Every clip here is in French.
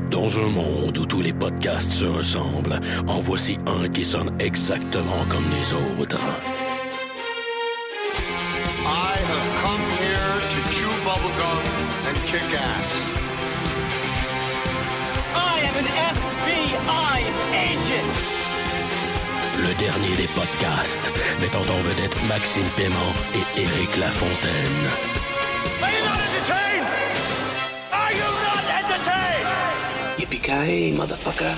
Dans un monde où tous les podcasts se ressemblent, en voici un qui sonne exactement comme les autres. I have come here to chew bubblegum and kick ass. I am an FBI agent! Le dernier des podcasts, mettant en vedette Maxime Paiement et Éric Lafontaine. Are you not entertained? Are you not entertained? Yippee-ki-yay, motherfucker.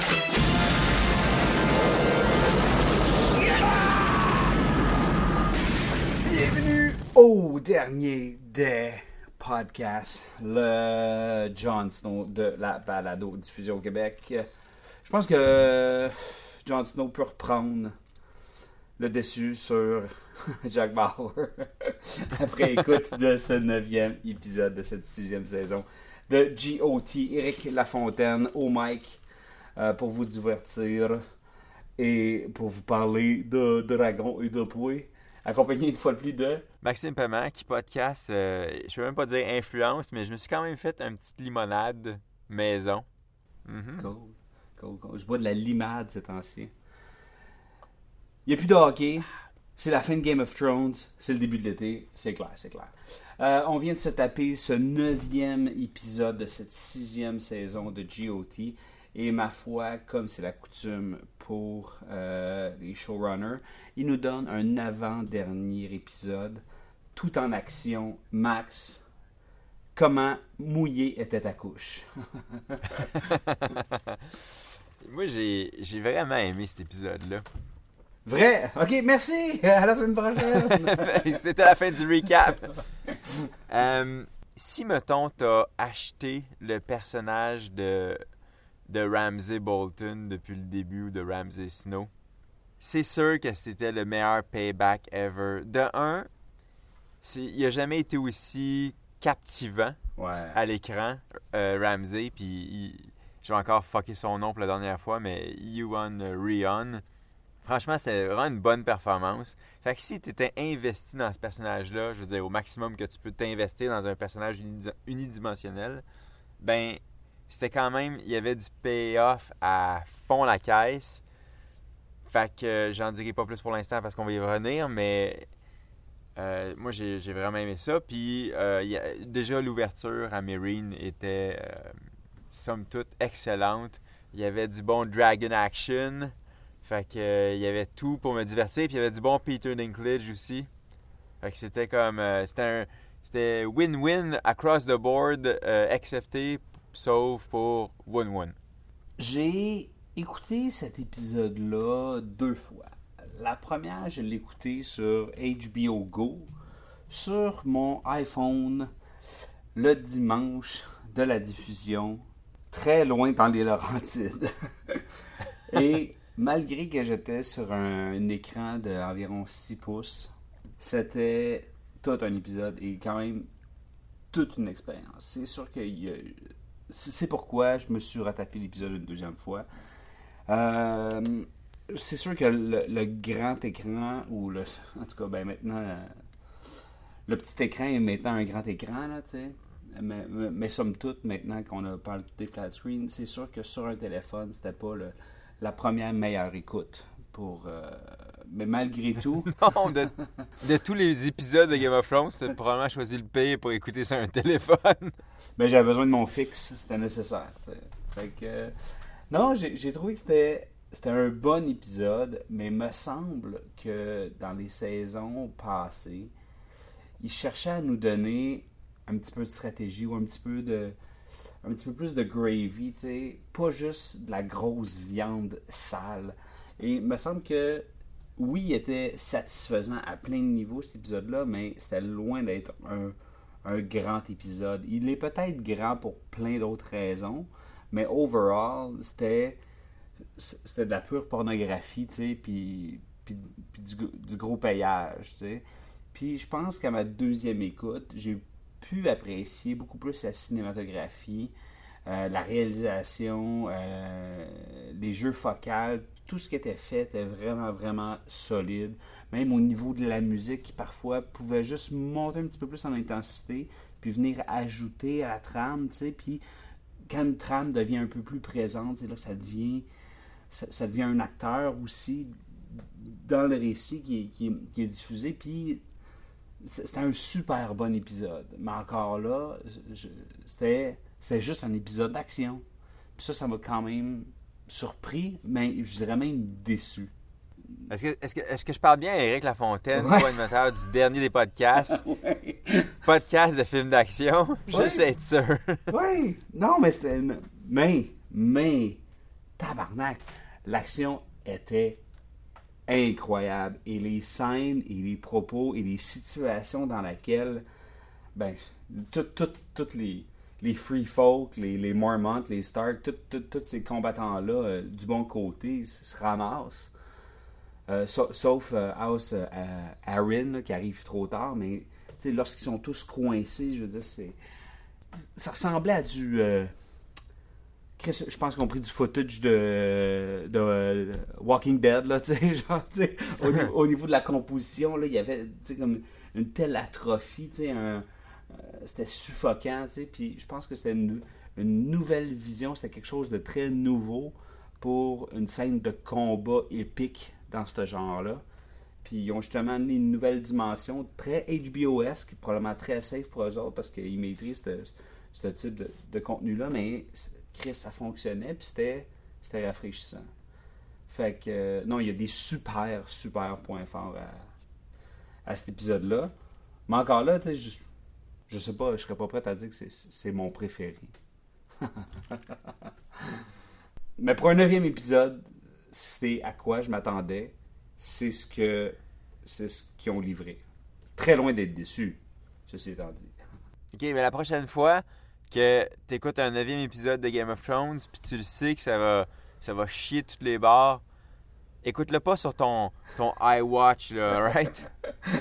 Bienvenue au dernier des podcasts, le Jon Snow de la balado-diffusion au Québec. Je pense que Jon Snow peut reprendre le dessus sur Jack Bauer après écoute de ce 9e épisode de cette 6e saison de GOT. Éric Lafontaine au mic pour vous divertir et pour vous parler de dragons et de poux, accompagné une fois de plus de Maxime Paiement qui podcast, je peux même pas dire influence, mais je me suis quand même fait une petite limonade maison. Cool. Je bois de la limonade ces temps-ci. Il n'y a plus de hockey. C'est la fin de Game of Thrones. C'est le début de l'été. C'est clair. On vient de se taper ce 9e épisode de cette 6e saison de GOT. Et ma foi, comme c'est la coutume pour les showrunners, ils nous donnent un avant-dernier épisode, tout en action. Max, comment mouillée était ta couche? Moi, j'ai vraiment aimé cet épisode-là. Vrai? Ok, merci! À la semaine prochaine! C'était la fin du recap. Si, mettons, t'as acheté le personnage de Ramsay Bolton depuis le début ou de Ramsay Snow, c'est sûr que c'était le meilleur payback ever. De un, il n'a jamais été aussi captivant à l'écran, Ramsay, puis je vais encore fucker son nom pour la dernière fois, mais Iwan Rheon. Franchement, c'est vraiment une bonne performance. Fait que si tu étais investi dans ce personnage-là, je veux dire, au maximum que tu peux t'investir dans un personnage unidimensionnel, ben, c'était quand même, il y avait du payoff à fond la caisse. Fait que j'en dirai pas plus pour l'instant parce qu'on va y revenir, mais moi, j'ai vraiment aimé ça. Puis, déjà, l'ouverture à Meereen était, somme toute, excellente. Il y avait du bon Dragon Action. Fait que il y avait tout pour me divertir. Puis il y avait du bon Peter Dinklage aussi. Fait que c'était comme... c'était win-win across the board, excepté, sauf pour win-win. J'ai écouté cet épisode-là 2 fois. La première, je l'ai écouté sur HBO Go, sur mon iPhone, le dimanche de la diffusion, très loin dans les Laurentides. Et malgré que j'étais sur un écran d'environ 6 pouces, c'était tout un épisode et quand même toute une expérience. C'est sûr que c'est pourquoi je me suis retapé l'épisode une deuxième fois. C'est sûr que le grand écran, ou en tout cas, ben maintenant, le petit écran est maintenant un grand écran, là, tu sais. Mais somme toute, maintenant qu'on a parlé des flat screen, c'est sûr que sur un téléphone, c'était pas la première meilleure écoute. Mais malgré tout... Non, de tous les épisodes de Game of Thrones, tu as probablement choisi le pire pour écouter sur un téléphone. Mais j'avais besoin de mon fixe, c'était nécessaire. Fait que, non, j'ai trouvé que c'était un bon épisode, mais il me semble que dans les saisons passées, ils cherchaient à nous donner un petit peu de stratégie ou un petit peu plus de gravy, tu sais, pas juste de la grosse viande sale. Et il me semble que, oui, il était satisfaisant à plein de niveaux cet épisode-là, mais c'était loin d'être un grand épisode. Il est peut-être grand pour plein d'autres raisons, mais overall, c'était de la pure pornographie, tu sais, puis du gros payage, tu sais. Puis je pense qu'à ma deuxième écoute, j'ai pu apprécier beaucoup plus la cinématographie, la réalisation, les jeux focales, tout ce qui était fait était vraiment, vraiment solide. Même au niveau de la musique qui parfois pouvait juste monter un petit peu plus en intensité, puis venir ajouter à la trame, tu sais, puis quand une trame devient un peu plus présente, c'est là que ça devient un acteur aussi dans le récit qui est diffusé. Puis c'était un super bon épisode. Mais encore là, c'était juste un épisode d'action. Puis ça m'a quand même surpris, mais je dirais même déçu. Est-ce que je parle bien à Éric Lafontaine, Ouais. co-animateur du dernier des podcasts? Ouais. Podcast de films d'action? Juste Ouais. être sûr. Oui, non, mais c'était. Mais, tabarnak, l'action était incroyable. Et les scènes, et les propos, et les situations dans lesquelles, ben, toutes les Free Folk, les Mormont, les Stark, tous ces combattants-là, du bon côté, se ramassent. Sauf House Aaron, là, qui arrive trop tard, mais lorsqu'ils sont tous coincés, je veux dire, ça ressemblait à du... je pense qu'on a pris du footage de Walking Dead, là, genre, au niveau de la composition, là, il y avait comme une telle atrophie, c'était suffocant, puis je pense que c'était une nouvelle vision, c'était quelque chose de très nouveau pour une scène de combat épique dans ce genre-là. Puis ils ont justement amené une nouvelle dimension très HBO-esque, probablement très safe pour eux autres parce qu'ils maîtrisent ce type de contenu-là, mais Chris, ça fonctionnait, puis c'était rafraîchissant. Fait que, non, il y a des super points forts à cet épisode-là. Mais encore là, tu sais, je sais pas, je serais pas prêt à dire que c'est mon préféré. Mais pour un 9e épisode, c'est à quoi je m'attendais. C'est ce qu'ils ont livré. Très loin d'être déçu, ceci étant dit. OK, mais la prochaine fois que tu écoutes un 9e épisode de Game of Thrones, puis tu le sais que ça va chier toutes les barres, écoute-le pas sur ton iWatch, là, right?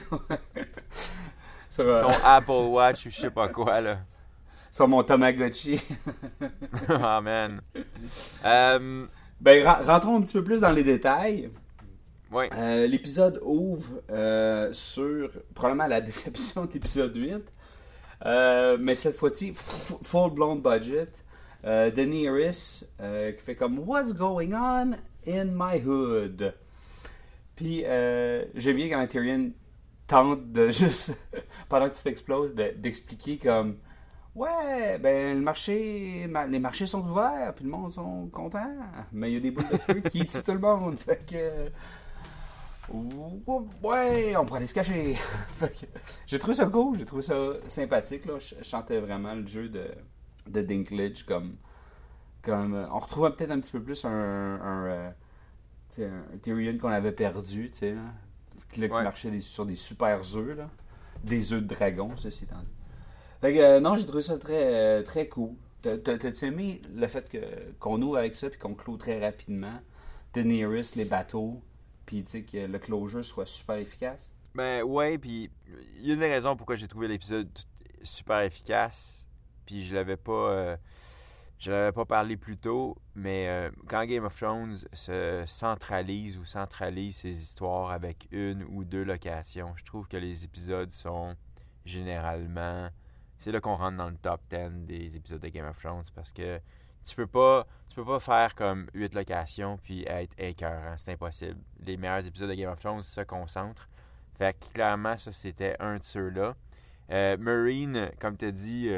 Sur, Ton Apple Watch ou je sais pas quoi, là. sur mon Tamagotchi. Ah, man. Ben, rentrons un petit peu plus dans les détails. Oui. L'épisode ouvre sur probablement la déception de l'épisode 8. Mais cette fois-ci, full-blown budget. Daenerys qui fait comme What's going on in my hood? Puis j'aime bien quand Tyrion tente de juste, pendant que tu t'exploses, d'expliquer comme ouais, ben les marchés sont ouverts, puis le monde sont contents, mais il y a des boules de feu qui tuent tout le monde. Fait que ouais, on pourrait aller se cacher. Fait que, j'ai trouvé ça cool, j'ai trouvé ça sympathique. Là. Je chantais vraiment le jeu de Dinklage comme on retrouvait peut-être un petit peu plus un Tyrion qu'on avait perdu, tu sais, qui marchait sur des super œufs, là. Des œufs de dragon, ceci étant dit. Fait que non, j'ai trouvé ça très, très cool. T'as-tu aimé le fait qu'on ouvre avec ça puis qu'on clôt très rapidement? Daenerys, les bateaux, puis tu sais que le closure soit super efficace? Ben ouais, puis il y a une des raisons pourquoi j'ai trouvé l'épisode super efficace, puis je l'avais pas parlé plus tôt, mais quand Game of Thrones se centralise ses histoires avec une ou deux locations, je trouve que les épisodes sont généralement... C'est là qu'on rentre dans le top 10 des épisodes de Game of Thrones, parce que tu peux pas faire comme 8 locations puis être écœurant, c'est impossible. Les meilleurs épisodes de Game of Thrones se concentrent. Fait que clairement, ça, c'était un de ceux-là. Marine, comme tu as dit,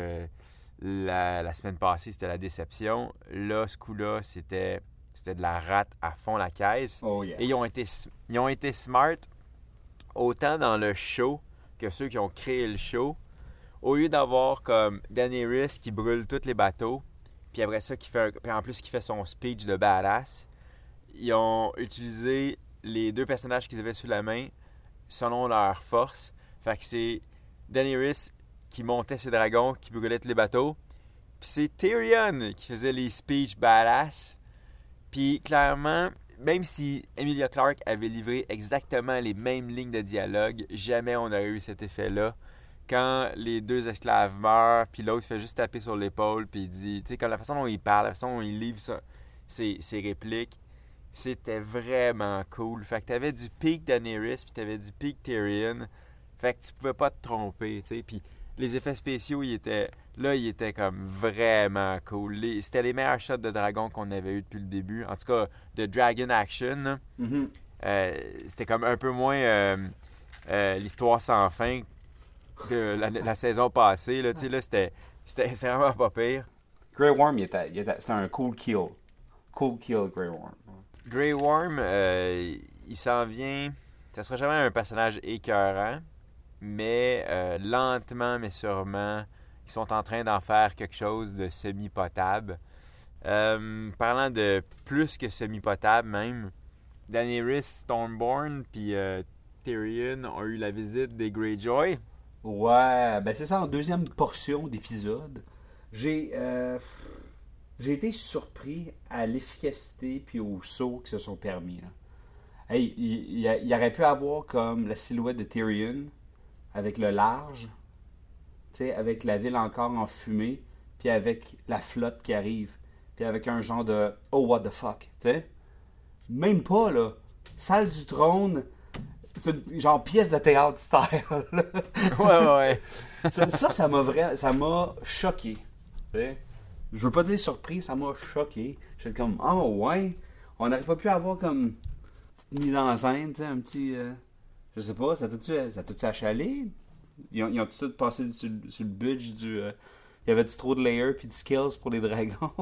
la semaine passée, c'était la déception. Là, ce coup-là, c'était de la rate à fond la caisse. Oh yeah. Et ils ont été smart, autant dans le show que ceux qui ont créé le show. Au lieu d'avoir comme Daenerys qui brûle tous les bateaux, puis après ça, puis en plus qui fait son speech de badass, ils ont utilisé les deux personnages qu'ils avaient sous la main selon leur force. Fait que c'est Daenerys qui montait ses dragons, qui brûlait tous les bateaux, puis c'est Tyrion qui faisait les speeches badass. Puis clairement, même si Emilia Clarke avait livré exactement les mêmes lignes de dialogue, jamais on aurait eu cet effet-là. Quand les deux esclaves meurent, puis l'autre fait juste taper sur l'épaule, puis il dit, tu sais, comme la façon dont il parle, la façon dont il livre ses répliques, c'était vraiment cool. Fait que t'avais du peak Daenerys, puis t'avais du peak Tyrion. Fait que tu pouvais pas te tromper, tu sais. Puis Les effets spéciaux, ils étaient comme vraiment cool. C'était les meilleurs shots de dragon qu'on avait eu depuis le début. En tout cas, de Dragon Action. C'était comme un peu moins l'histoire sans fin de la saison passée. Là, là, c'était vraiment pas pire. Grey Worm, c'était un cool kill. Cool kill, Grey Worm. Grey Worm, il s'en vient... Ça sera jamais un personnage écœurant, mais lentement mais sûrement, ils sont en train d'en faire quelque chose de semi-potable. Parlant de plus que semi-potable même, Daenerys, Stormborn puis Tyrion ont eu la visite des Greyjoy. Ouais, ben c'est ça, en deuxième portion d'épisode. J'ai été surpris à l'efficacité puis au saut qui se sont permis. Là. Hey, il aurait pu avoir comme la silhouette de Tyrion avec le large, avec la ville encore en fumée, puis avec la flotte qui arrive, puis avec un genre de « Oh, what the fuck », tu sais. Même pas, là. Salle du trône, c'est une genre pièce de théâtre style. Ouais. ça m'a choqué. T'sais. Je veux pas dire surpris, ça m'a choqué. J'étais comme « Oh, ouais, on n'aurait pas pu avoir comme... » mise en scène, un petit... je sais pas, ça t'a-tu achalé? Ils ont tout passé sur le budget du... il y avait-tu trop de layers puis de skills pour les dragons?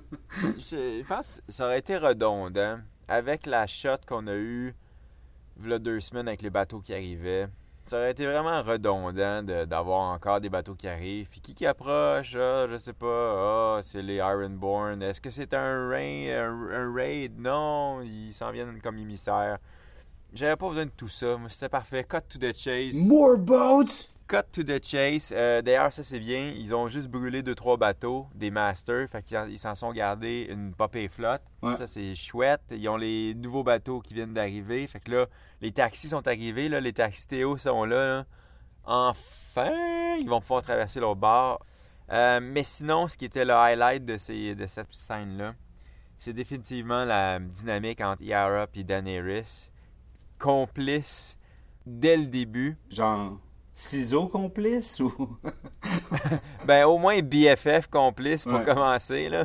Je pense que ça aurait été redondant. Avec la shot qu'on a eue il y a 2 semaines avec les bateaux qui arrivaient, ça aurait été vraiment redondant d'avoir encore des bateaux qui arrivent. Puis qui approche? Ah, je sais pas. Ah, c'est les Ironborn. Est-ce que c'est un raid? Non, ils s'en viennent comme émissaires. J'avais pas besoin de tout ça. Moi, c'était parfait. Cut to the chase. More boats! Cut to the chase. D'ailleurs, ça, c'est bien. Ils ont juste brûlé 2-3 bateaux, des masters. Fait qu'ils s'en sont gardés une popée flotte. Ouais. Ça, c'est chouette. Ils ont les nouveaux bateaux qui viennent d'arriver. Fait que là, les taxis sont arrivés. Là, les taxis Théo sont là. Enfin, ils vont pouvoir traverser l'autre bord. Mais sinon, ce qui était le highlight de cette scène-là, c'est définitivement la dynamique entre Yara et Daenerys. Complice dès le début. Genre... ciseaux complices ou... Ben, au moins BFF complice pour commencer, là.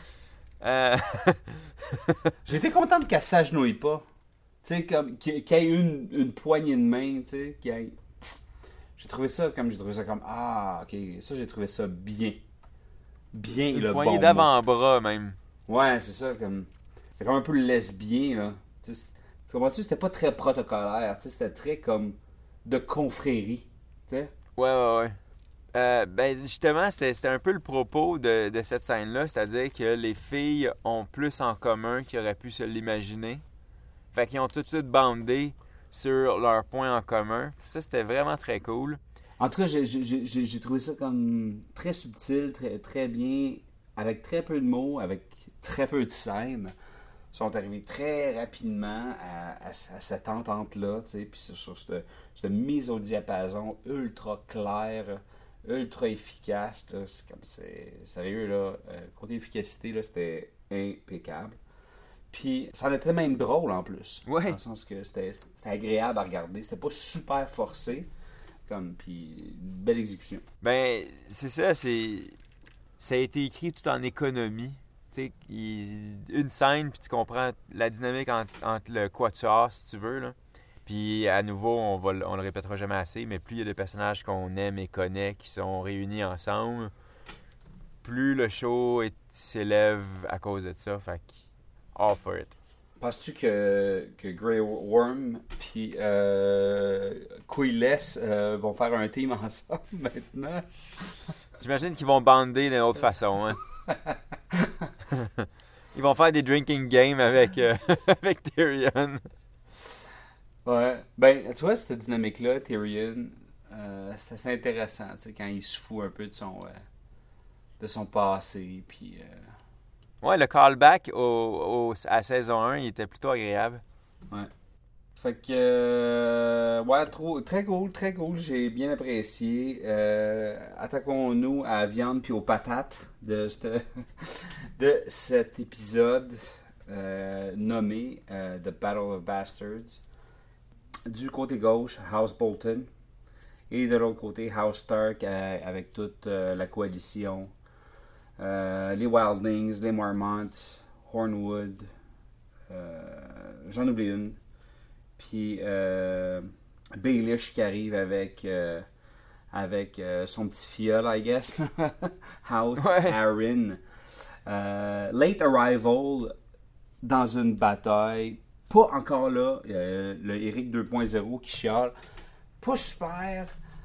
J'étais contente qu'elle s'agenouille pas. Tu sais, comme qu'il y ait une poignée de main, tu sais, qu'il y ait... J'ai trouvé ça comme... Ah, OK, ça, j'ai trouvé ça bien. Bien, une le poignée bon d'avant-bras, même. Ouais, c'est ça, comme... C'était comme un peu lesbien, là. Tu comprends-tu? C'était pas très protocolaire, tu sais, c'était très comme... de confrérie. T'sais? Ouais. Ben justement, c'était un peu le propos de cette scène-là, c'est-à-dire que les filles ont plus en commun qu'ils auraient pu se l'imaginer. Fait qu'ils ont tout de suite bandé sur leurs points en commun. Ça, c'était vraiment très cool. En tout cas, j'ai trouvé ça comme très subtil, très, très bien, avec très peu de mots, avec très peu de scènes. Ils sont arrivés très rapidement à cette entente-là, tu sais, puis sur cette mise au diapason ultra claire, ultra efficace, là, c'est sérieux, là, côté efficacité, là, c'était impeccable. Puis, ça en était même drôle, en plus. Ouais. Dans le sens que c'était agréable à regarder, c'était pas super forcé, puis une belle exécution. Ben, c'est ça, ça a été écrit tout en économie. Une scène, puis tu comprends la dynamique entre le quatuor, si tu veux. Là. Puis à nouveau, on le répétera jamais assez, mais plus il y a de personnages qu'on aime et connaît qui sont réunis ensemble, plus le show s'élève à cause de ça. Fait que, all for it. Penses-tu que Grey Worm puis Quayless vont faire un team ensemble maintenant? J'imagine qu'ils vont bander d'une autre façon. Hein? Ils vont faire des drinking games avec Tyrion. Ouais. Ben, tu vois, cette dynamique-là, Tyrion, c'est assez intéressant, tu sais, quand il se fout un peu de son passé, puis... Ouais, le callback à saison 1, il était plutôt agréable. Ouais. Fait que... ouais, très cool, j'ai bien apprécié. Attaquons-nous à la viande puis aux patates de cet épisode nommé The Battle of Bastards. Du côté gauche, House Bolton. Et de l'autre côté, House Stark avec toute la coalition. Les Wildlings, les Mormont, Hornwood, j'en oublie une. Puis Baelish qui arrive avec son petit fiole, I guess. House Arryn. Late Arrival dans une bataille. Pas encore là. Le Eric 2.0 qui chiale. Pas super.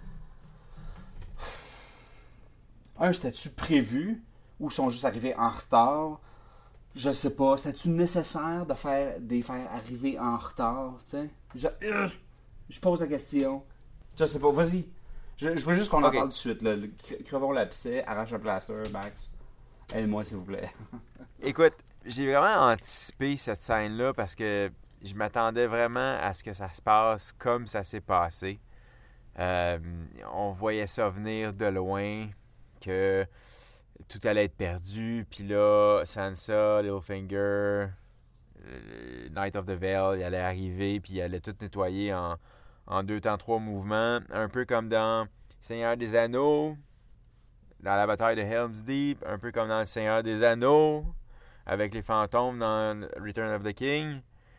C'était-tu prévu? Ou sont juste arrivés en retard? Je sais pas. C'était-tu nécessaire de les faire arriver en retard? T'sais? Je pose la question. Je sais pas. Vas-y. Je veux juste qu'on en parle tout de suite. Là. Crevons l'abcès, arrache le plaster, Max. Aide-moi, s'il vous plaît. Écoute, j'ai vraiment anticipé cette scène-là parce que je m'attendais vraiment à ce que ça se passe comme ça s'est passé. On voyait ça venir de loin, que tout allait être perdu. Puis là, Sansa, Littlefinger, Knight of the Vale, il allait arriver, puis il allait tout nettoyer en 2 temps 3 mouvements. Un peu comme dans Seigneur des Anneaux, dans la bataille de Helm's Deep, un peu comme dans le Seigneur des Anneaux, avec les fantômes dans Return of the King.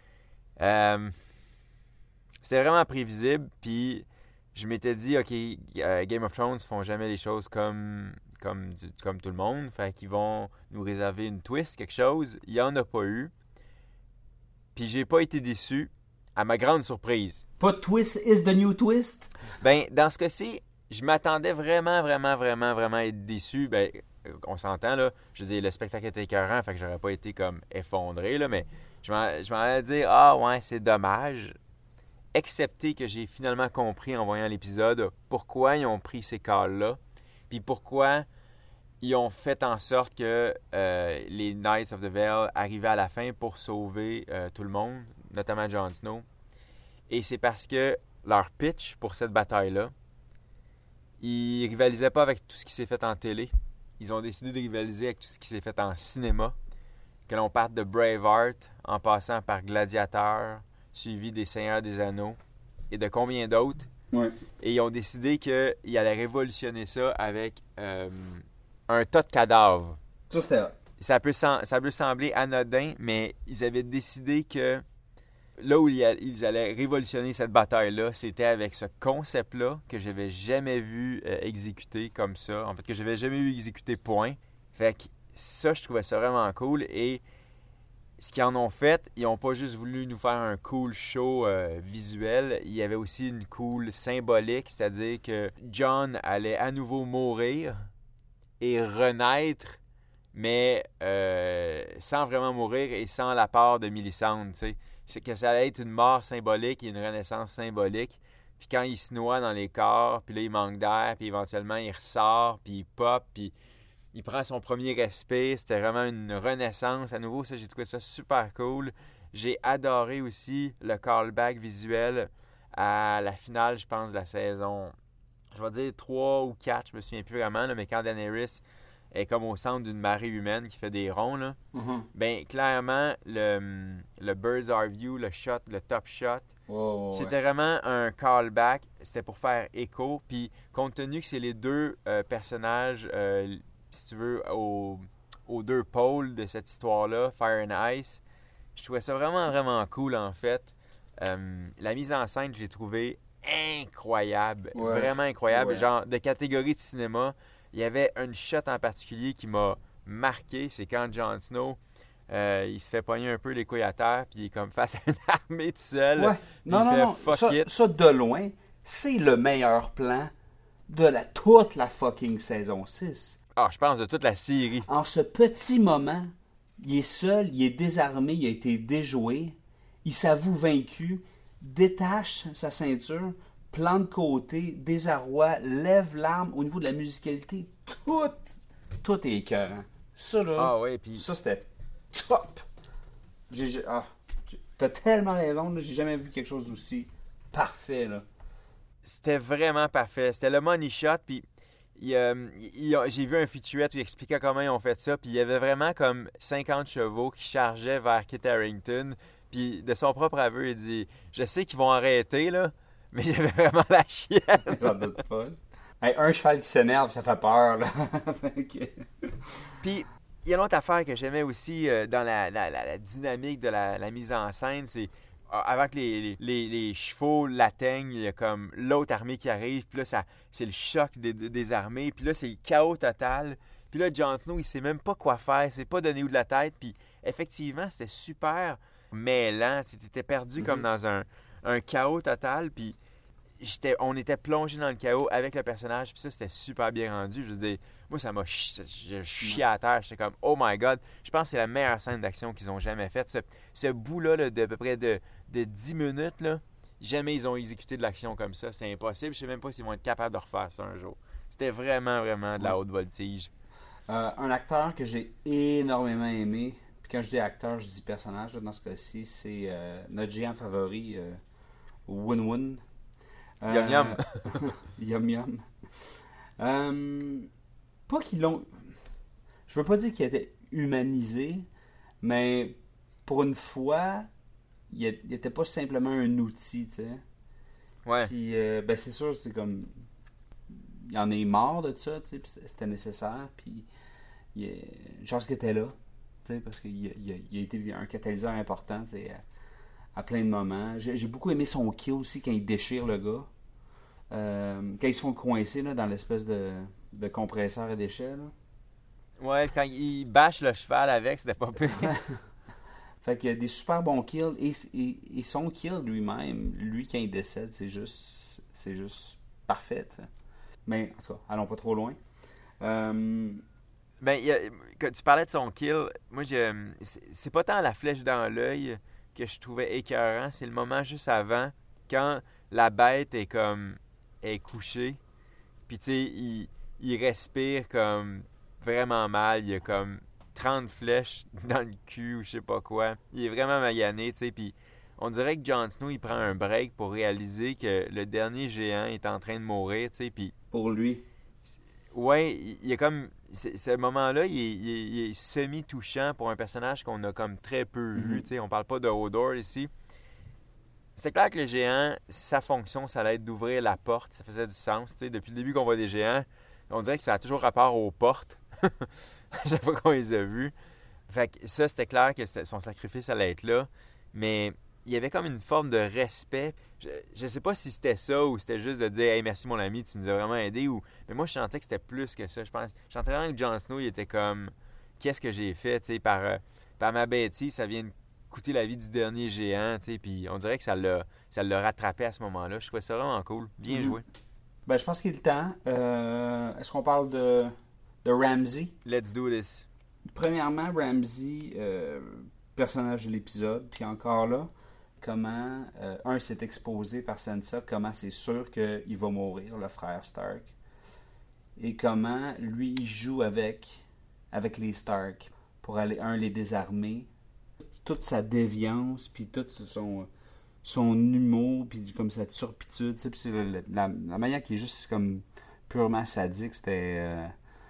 C'était vraiment prévisible, puis je m'étais dit, OK, Game of Thrones font jamais les choses comme tout le monde, fait qu'ils vont nous réserver une twist, quelque chose. Il n'y en a pas eu. Puis j'ai pas été déçu, à ma grande surprise. Pas de twist is the new twist? Ben, dans ce cas-ci, je m'attendais vraiment à être déçu. Ben, on s'entend, là. Je veux dire, le spectacle était écœurant, fait que j'aurais pas été comme effondré, là, mais je m'en allais dire, ah ouais, c'est dommage. Excepté que j'ai finalement compris en voyant l'épisode pourquoi ils ont pris ces calls-là, puis pourquoi ils ont fait en sorte que les Knights of the Vale arrivaient à la fin pour sauver tout le monde, notamment Jon Snow. Et c'est parce que leur pitch pour cette bataille-là, ils rivalisaient pas avec tout ce qui s'est fait en télé. Ils ont décidé de rivaliser avec tout ce qui s'est fait en cinéma. Que l'on parte de Braveheart en passant par Gladiateur, suivi des Seigneurs des Anneaux et de combien d'autres. Ouais. Et ils ont décidé qu'ils allaient révolutionner ça avec un tas de cadavres. Ça, c'était hot. Ça peut sembler anodin, mais ils avaient décidé que là où ils allaient révolutionner cette bataille-là, c'était avec ce concept-là que j'avais jamais vu exécuté comme ça. En fait, que j'avais jamais vu exécuter, point. Fait que ça, je trouvais ça vraiment cool. Et ce qu'ils en ont fait, ils n'ont pas juste voulu nous faire un cool show visuel. Il y avait aussi une cool symbolique, c'est-à-dire que Jon allait à nouveau mourir et renaître, mais sans vraiment mourir et sans la part de Mélisandre, tu sais. C'est que ça allait être une mort symbolique et une renaissance symbolique. Puis quand il se noie dans les corps, puis là, il manque d'air, puis éventuellement, il ressort, puis il pop, puis il prend son premier respect. C'était vraiment une renaissance. À nouveau, ça, j'ai trouvé ça super cool. J'ai adoré aussi le callback visuel à la finale, je pense, de la saison, je vais dire 3 ou 4, je me souviens plus vraiment, là, mais quand Daenerys est comme au centre d'une marée humaine qui fait des ronds, là, ben clairement, le bird's eye view, le shot, le top shot, c'était vraiment un callback. C'était pour faire écho. Puis, compte tenu que c'est les deux personnages, si tu veux, aux deux pôles de cette histoire-là, Fire and Ice, je trouvais ça vraiment cool, en fait. La mise en scène, je l'ai trouvée incroyable. Ouais. Vraiment incroyable. Ouais. Genre, de catégorie de cinéma, il y avait une shot en particulier qui m'a marqué. C'est quand Jon Snow, il se fait pogner un peu les couilles à terre, puis il est comme face à une armée tout seul. Ouais. Non. Ça, de loin, c'est le meilleur plan de toute la fucking saison 6. Ah, je pense de toute la série. En ce petit moment, il est seul, il est désarmé, il a été déjoué, il s'avoue vaincu, détache sa ceinture, plan de côté, désarroi, lève l'arme. Au niveau de la musicalité, tout est écœurant. Ça, là, ça, c'était top. T'as tellement raison, là, j'ai jamais vu quelque chose d'aussi parfait, là. C'était vraiment parfait. C'était le money shot, puis j'ai vu un featurette où il expliquait comment ils ont fait ça, puis il y avait vraiment comme 50 chevaux qui chargeaient vers Kit Harington, puis de son propre aveu, il dit « Je sais qu'ils vont arrêter, là, Mais j'avais vraiment la chienne. J'en doute pas. Hey, un cheval qui s'énerve, ça fait peur, là. Puis, il y a une autre affaire que j'aimais aussi dans la dynamique de la mise en scène, c'est avant que les chevaux l'atteignent, il y a comme l'autre armée qui arrive, puis là, c'est le choc des armées, puis là, c'est le chaos total. Puis là, Jon Snow, il sait même pas quoi faire, il sait pas donner où de la tête, puis effectivement, c'était super mêlant, t'étais perdu comme dans un chaos total, puis on était plongé dans le chaos avec le personnage, puis ça, c'était super bien rendu. Je veux dire, moi, ça m'a chié à terre. J'étais comme, oh my God. Je pense que c'est la meilleure scène d'action qu'ils ont jamais faite. Ce bout-là, de à peu près de 10 minutes, là, jamais ils ont exécuté de l'action comme ça. C'est impossible. Je sais même pas s'ils vont être capables de refaire ça un jour. C'était vraiment, vraiment de la haute voltige. Un acteur que j'ai énormément aimé, puis quand je dis acteur, je dis personnage, là, dans ce cas-ci, c'est notre géant favori, Wun-Wun. Yum Yum. Yum Yum. Pas qu'ils l'ont... Je veux pas dire qu'il était humanisé, mais pour une fois, il était pas simplement un outil, tu sais. Ouais. Puis, ben c'est sûr, c'est comme... Il en est mort de ça, tu sais, puis c'était nécessaire, puis... Une chance qu'il était là, tu sais, parce qu'il a été un catalyseur important, tu sais, à plein de moments. J'ai beaucoup aimé son kill aussi quand il déchire le gars. Quand ils se font coincer là, dans l'espèce de compresseur à déchets. Là. Ouais, quand il bâche le cheval avec, c'était pas pire. Fait qu'il y a des super bons kills. Et son kill lui-même, lui quand il décède, c'est juste parfait. T'sais. Mais en tout cas, allons pas trop loin. Ben, quand tu parlais de son kill, moi, c'est pas tant la flèche dans l'œil que je trouvais écœurant, c'est le moment juste avant, quand la bête est couchée, puis tu sais, il respire comme vraiment mal, il y a comme 30 flèches dans le cul ou je sais pas quoi, il est vraiment magané, tu sais, puis on dirait que Jon Snow, il prend un break pour réaliser que le dernier géant est en train de mourir, tu sais, puis... Pour lui. Ouais, il y a comme... Ce moment-là, il est semi-touchant pour un personnage qu'on a comme très peu vu, tu sais, on parle pas de Hodor ici. C'est clair que le géant, sa fonction, ça allait être d'ouvrir la porte, ça faisait du sens, tu sais, depuis le début qu'on voit des géants, on dirait que ça a toujours rapport aux portes, à chaque fois qu'on les a vus. Fait que ça, c'était clair que son sacrifice allait être là, mais il y avait comme une forme de respect. Je sais pas si c'était ça ou c'était juste de dire « Hey, merci mon ami, tu nous as vraiment aidé » ou... Mais moi, je sentais que c'était plus que ça, je pense. Je sentais vraiment que Jon Snow, il était comme « Qu'est-ce que j'ai fait, tu sais, par ma bêtise, ça vient de coûter la vie du dernier géant, tu sais, puis on dirait que ça l'a rattrapé à ce moment-là. Je trouvais ça vraiment cool. Bien joué. Ben, je pense qu'il est le temps. Est-ce qu'on parle de Ramsay? Let's do this. Premièrement, Ramsay, personnage de l'épisode, puis encore là, comment s'est exposé par Sansa, comment c'est sûr qu'il va mourir, le frère Stark, et comment lui, il joue avec les Stark pour aller, les désarmer. Toute sa déviance, puis tout son humour, puis comme sa turpitude, puis c'est la manière qui est juste comme purement sadique, c'était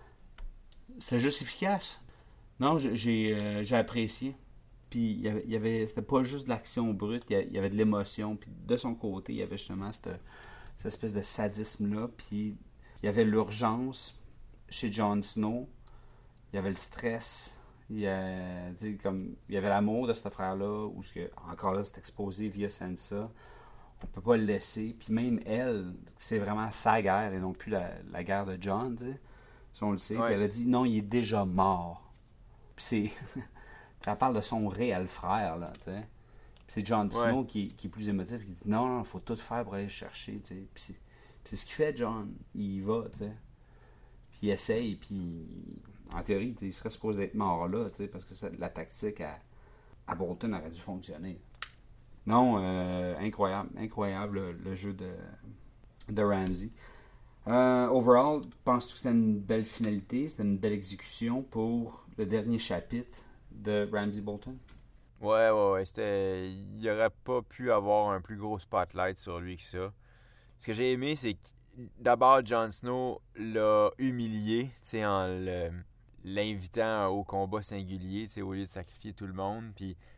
juste efficace. Non, j'ai apprécié. Puis c'était pas juste de l'action brute, il y avait de l'émotion, puis de son côté, il y avait justement cette espèce de sadisme-là, puis il y avait l'urgence chez Jon Snow, il y avait le stress, il y avait l'amour de ce frère-là, où encore là, c'est exposé via Sansa. On peut pas le laisser. Puis même elle, c'est vraiment sa guerre et non plus la guerre de Jon, tu sais. Si on le sait. Ouais. Puis elle a dit non, il est déjà mort. Puis c'est. Elle parle de son réel frère, là, tu sais. Puis c'est Jon Snow qui est plus émotif, qui dit non, il faut tout faire pour aller le chercher, tu sais. Puis c'est ce qu'il fait, Jon. Il y va, tu sais. Puis il essaye, puis en théorie, il serait supposé être mort là, tu sais, parce que la tactique à Bolton aurait dû fonctionner. Non, incroyable le jeu de Ramsay. Overall, penses-tu que c'était une belle finalité, c'était une belle exécution pour le dernier chapitre de Ramsay Bolton? Ouais, il n'y aurait pas pu avoir un plus gros spotlight sur lui que ça. Ce que j'ai aimé, c'est que d'abord, Jon Snow l'a humilié, tu sais, en l'invitant au combat singulier, tu sais, au lieu de sacrifier tout le monde. Puis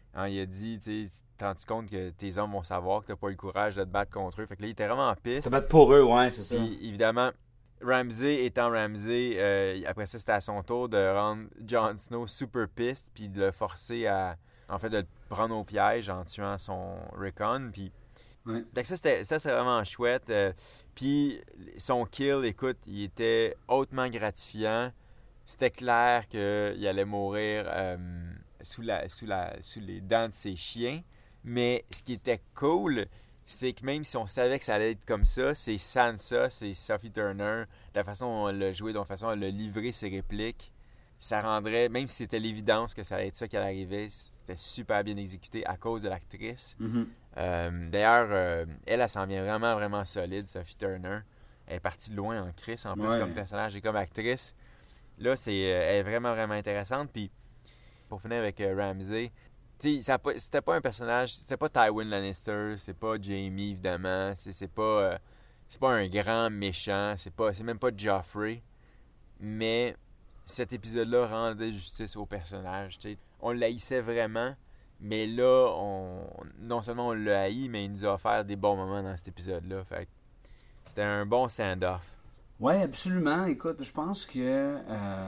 Hein, il a dit, tu t'es rendu compte que tes hommes vont savoir que t'as pas eu le courage de te battre contre eux. Fait que là, il était vraiment en piste. Se battre pour eux, ouais, c'est ça. Puis, évidemment, Ramsay étant Ramsay, après ça, c'était à son tour de rendre Jon Snow super piste puis de le forcer à, en fait, de le prendre au piège en tuant son Rickon. Puis, ouais. Donc ça, c'était vraiment chouette. Puis son kill, écoute, il était hautement gratifiant. C'était clair qu'il allait mourir sous les dents de ses chiens. Mais ce qui était cool, c'est que même si on savait que ça allait être comme ça, c'est Sansa, c'est Sophie Turner, la façon dont elle l'a joué, de la façon dont elle a livré ses répliques, ça rendrait, même si c'était l'évidence que ça allait être ça qui allait arriver, c'était super bien exécuté à cause de l'actrice. Mm-hmm. D'ailleurs, elle s'en vient vraiment, vraiment solide, Sophie Turner. Elle est partie de loin en Chris, en plus, comme personnage et comme actrice. Là, elle est vraiment, vraiment intéressante. Puis, pour finir avec Ramsay, tu sais, c'était pas un personnage, c'était pas Tywin Lannister, c'est pas Jaime, évidemment, c'est pas un grand méchant, c'est même pas Joffrey. Mais cet épisode-là rendait justice au personnage, tu sais. On l'haïssait vraiment. Mais là, non seulement on l'a haï, mais il nous a offert des bons moments dans cet épisode-là. Fait que c'était un bon send-off. Ouais, absolument. Écoute, je pense que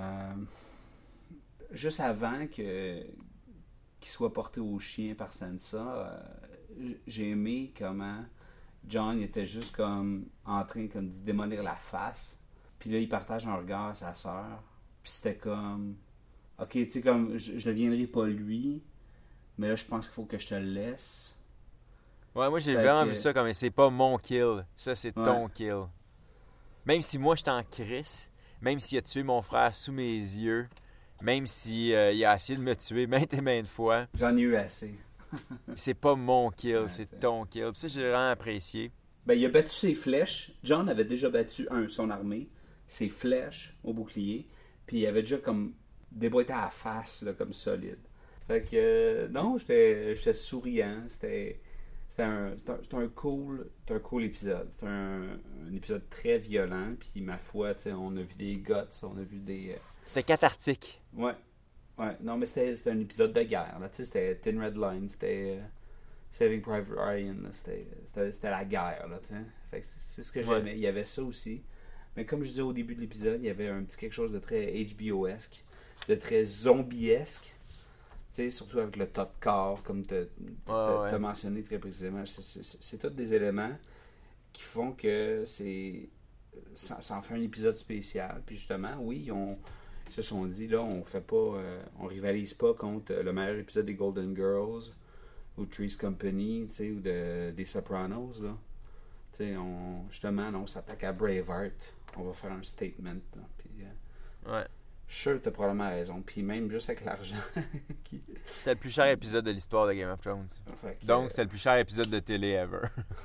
juste avant qu'il soit porté au chien par Sansa, j'ai aimé comment Jon était juste comme en train comme, de démolir la face. Puis là, il partage un regard à sa sœur. Puis c'était comme, ok, tu sais, comme je ne deviendrai pas lui. Mais là, je pense qu'il faut que je te le laisse. Ouais, moi, j'ai vraiment vu ça comme c'est pas mon kill. Ça, c'est ton kill. Même si moi, j'étais en crisse, même s'il a tué mon frère sous mes yeux, même s'il a essayé de me tuer maintes et maintes fois. J'en ai eu assez. C'est pas mon kill, c'est ton kill. Puis ça, j'ai vraiment apprécié. Ben, il a battu ses flèches. Jon avait déjà battu son armée, ses flèches au bouclier. Puis il avait déjà comme déboîté à la face, là, comme solide. Fait que, non, j'étais souriant. C'était un cool épisode. C'était un épisode très violent. Puis, ma foi, on a vu des guts, on a vu des... C'était cathartique. Ouais. Non, mais c'était un épisode de guerre. Là. C'était Thin Red Line, c'était Saving Private Ryan. C'était la guerre. Là, fait que c'est ce que j'aimais. Il y avait ça aussi. Mais comme je disais au début de l'épisode, il y avait un petit quelque chose de très HBO-esque, de très zombiesque. T'sais, surtout avec le tas de corps, comme tu as mentionné très précisément. C'est tous des éléments qui font que ça en fait un épisode spécial. Puis justement, oui, ils se sont dit, là, on rivalise pas contre le meilleur épisode des Golden Girls ou Three's Company, ou des Sopranos. Là. Justement, on s'attaque à Braveheart. On va faire un statement. Là, puis, ouais. Je suis sûr que t'as probablement raison. Puis même juste avec l'argent. C'était le plus cher épisode de l'histoire de Game of Thrones. Donc, c'était le plus cher épisode de télé ever.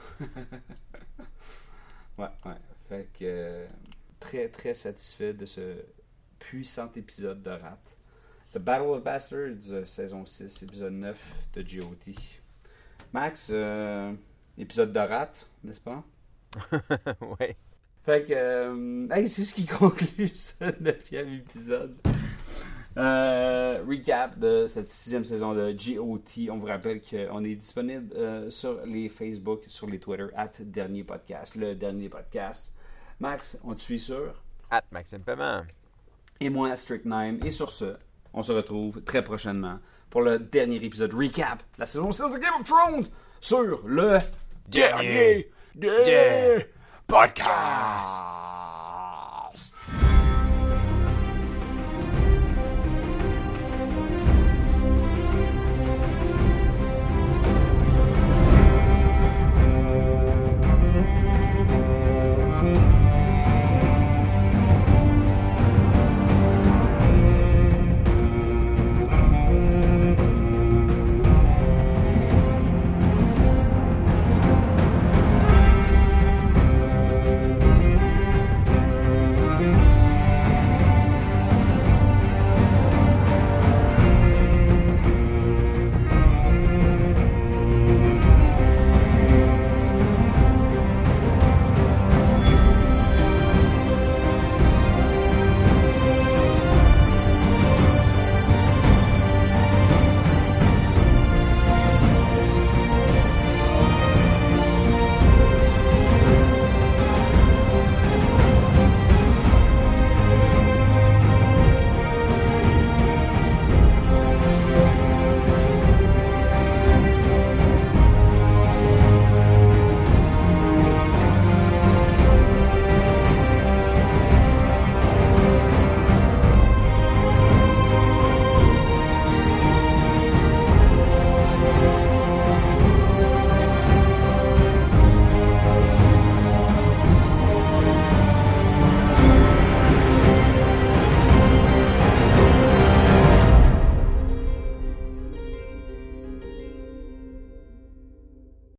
ouais. Fait que très, très satisfait de ce puissant épisode de Rat. The Battle of Bastards, saison 6, épisode 9 de GOT. Max, épisode de Rat, n'est-ce pas? Ouais. Fait que, c'est ce qui conclut ce 9e épisode. Recap de cette 6e saison de GOT. On vous rappelle qu'on est disponible sur les Facebook, sur les Twitter, @dernier-podcast, le dernier podcast. Max, on te suit sur @Maxime Paiement. Et moi, Strict9. Et sur ce, on se retrouve très prochainement pour le dernier épisode recap de la saison 6 de Game of Thrones sur le dernier des podcasts.